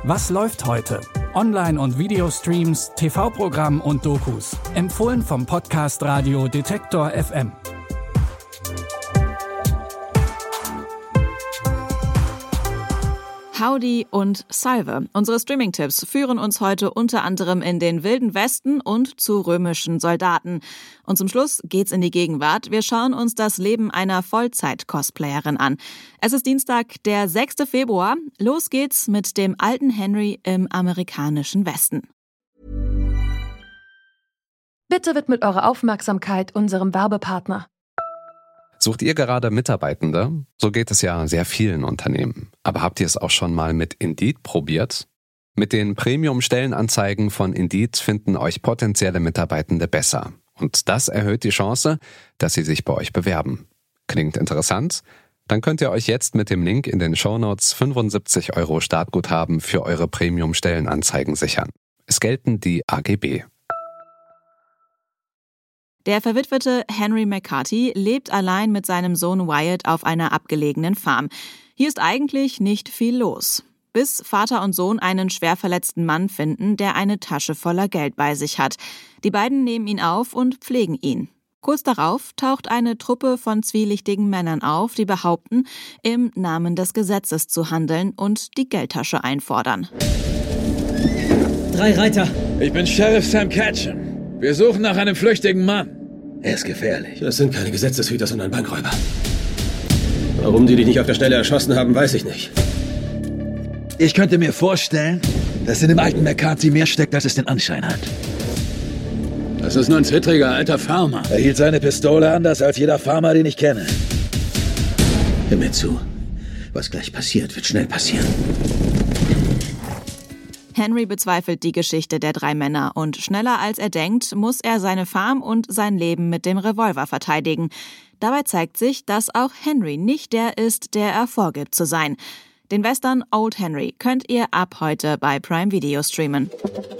Was läuft heute? Online- und Videostreams, TV-Programm und Dokus. Empfohlen vom Podcast Radio Detektor FM. Howdy und Salve. Unsere Streaming-Tipps führen uns heute unter anderem in den Wilden Westen und zu römischen Soldaten. Und zum Schluss geht's in die Gegenwart. Wir schauen uns das Leben einer Vollzeit-Cosplayerin an. Es ist Dienstag, der 6. Februar. Los geht's mit dem alten Henry im amerikanischen Westen. Bitte widmet eure Aufmerksamkeit unserem Werbepartner. Sucht ihr gerade Mitarbeitende? So geht es ja sehr vielen Unternehmen. Aber habt ihr es auch schon mal mit Indeed probiert? Mit den Premium-Stellenanzeigen von Indeed finden euch potenzielle Mitarbeitende besser. Und das erhöht die Chance, dass sie sich bei euch bewerben. Klingt interessant? Dann könnt ihr euch jetzt mit dem Link in den Shownotes 75 € Startguthaben für eure Premium-Stellenanzeigen sichern. Es gelten die AGB. Der verwitwete Henry McCarthy lebt allein mit seinem Sohn Wyatt auf einer abgelegenen Farm. Hier ist eigentlich nicht viel los. Bis Vater und Sohn einen schwer verletzten Mann finden, der eine Tasche voller Geld bei sich hat. Die beiden nehmen ihn auf und pflegen ihn. Kurz darauf taucht eine Truppe von zwielichtigen Männern auf, die behaupten, im Namen des Gesetzes zu handeln und die Geldtasche einfordern. 3 Reiter. Ich bin Sheriff Sam Ketchum. Wir suchen nach einem flüchtigen Mann. Er ist gefährlich. Das sind keine Gesetzeshüter, sondern Bankräuber. Warum die dich nicht auf der Stelle erschossen haben, weiß ich nicht. Ich könnte mir vorstellen, dass in dem alten McCarthy mehr steckt, als es den Anschein hat. Das ist nur ein zittriger alter Farmer. Er hielt seine Pistole anders als jeder Farmer, den ich kenne. Hör mir zu. Was gleich passiert, wird schnell passieren. Henry bezweifelt die Geschichte der 3 Männer und schneller als er denkt, muss er seine Farm und sein Leben mit dem Revolver verteidigen. Dabei zeigt sich, dass auch Henry nicht der ist, der er vorgibt zu sein. Den Western Old Henry könnt ihr ab heute bei Prime Video streamen.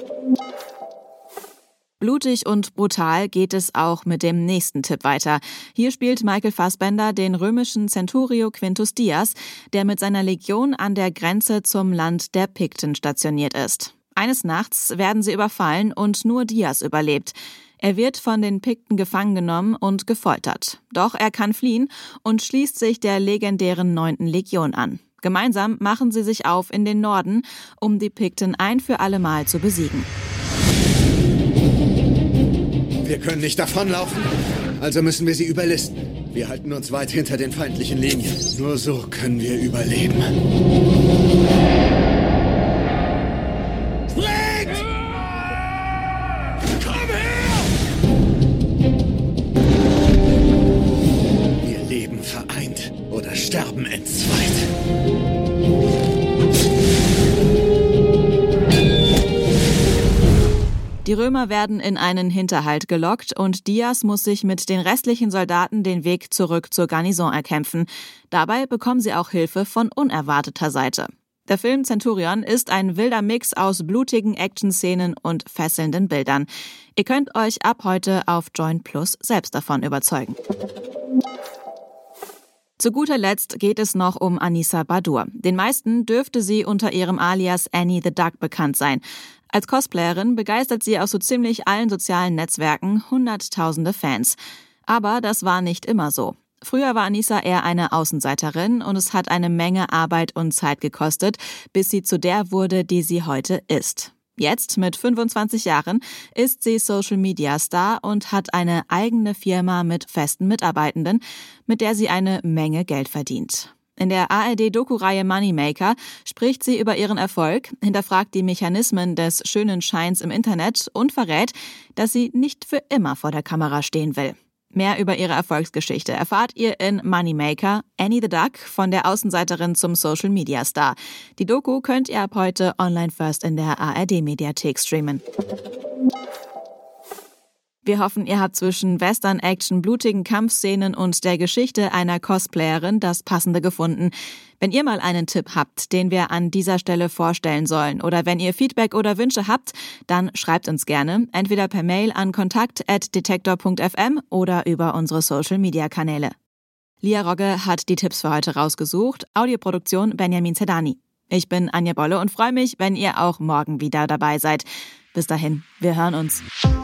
Blutig und brutal geht es auch mit dem nächsten Tipp weiter. Hier spielt Michael Fassbender den römischen Centurio Quintus Dias, der mit seiner Legion an der Grenze zum Land der Pikten stationiert ist. Eines Nachts werden sie überfallen und nur Dias überlebt. Er wird von den Pikten gefangen genommen und gefoltert. Doch er kann fliehen und schließt sich der legendären 9. Legion an. Gemeinsam machen sie sich auf in den Norden, um die Pikten ein für alle Mal zu besiegen. Wir können nicht davonlaufen, also müssen wir sie überlisten. Wir halten uns weit hinter den feindlichen Linien. Nur so können wir überleben. Springt! Komm her! Wir leben vereint oder sterben entzweit. Die Römer werden in einen Hinterhalt gelockt und Dias muss sich mit den restlichen Soldaten den Weg zurück zur Garnison erkämpfen. Dabei bekommen sie auch Hilfe von unerwarteter Seite. Der Film Centurion ist ein wilder Mix aus blutigen Action-Szenen und fesselnden Bildern. Ihr könnt euch ab heute auf Join Plus selbst davon überzeugen. Zu guter Letzt geht es noch um Anissa Badur. Den meisten dürfte sie unter ihrem Alias Annie the Duck bekannt sein. Als Cosplayerin begeistert sie aus so ziemlich allen sozialen Netzwerken hunderttausende Fans. Aber das war nicht immer so. Früher war Anissa eher eine Außenseiterin und es hat eine Menge Arbeit und Zeit gekostet, bis sie zu der wurde, die sie heute ist. Jetzt, mit 25 Jahren, ist sie Social-Media-Star und hat eine eigene Firma mit festen Mitarbeitenden, mit der sie eine Menge Geld verdient. In der ARD-Doku-Reihe Moneymaker spricht sie über ihren Erfolg, hinterfragt die Mechanismen des schönen Scheins im Internet und verrät, dass sie nicht für immer vor der Kamera stehen will. Mehr über ihre Erfolgsgeschichte erfahrt ihr in Moneymaker, Annie the Duck, von der Außenseiterin zum Social-Media-Star. Die Doku könnt ihr ab heute online first in der ARD-Mediathek streamen. Wir hoffen, ihr habt zwischen Western-Action, blutigen Kampfszenen und der Geschichte einer Cosplayerin das Passende gefunden. Wenn ihr mal einen Tipp habt, den wir an dieser Stelle vorstellen sollen, oder wenn ihr Feedback oder Wünsche habt, dann schreibt uns gerne, entweder per Mail an kontakt@detektor.fm oder über unsere Social-Media-Kanäle. Lia Rogge hat die Tipps für heute rausgesucht, Audioproduktion Benjamin Zerdani. Ich bin Anja Bolle und freue mich, wenn ihr auch morgen wieder dabei seid. Bis dahin, wir hören uns.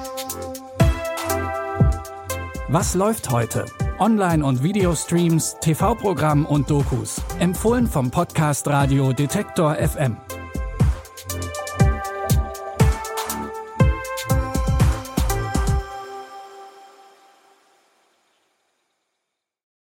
Was läuft heute? Online- und Videostreams, TV-Programm und Dokus. Empfohlen vom Podcast Radio Detektor FM.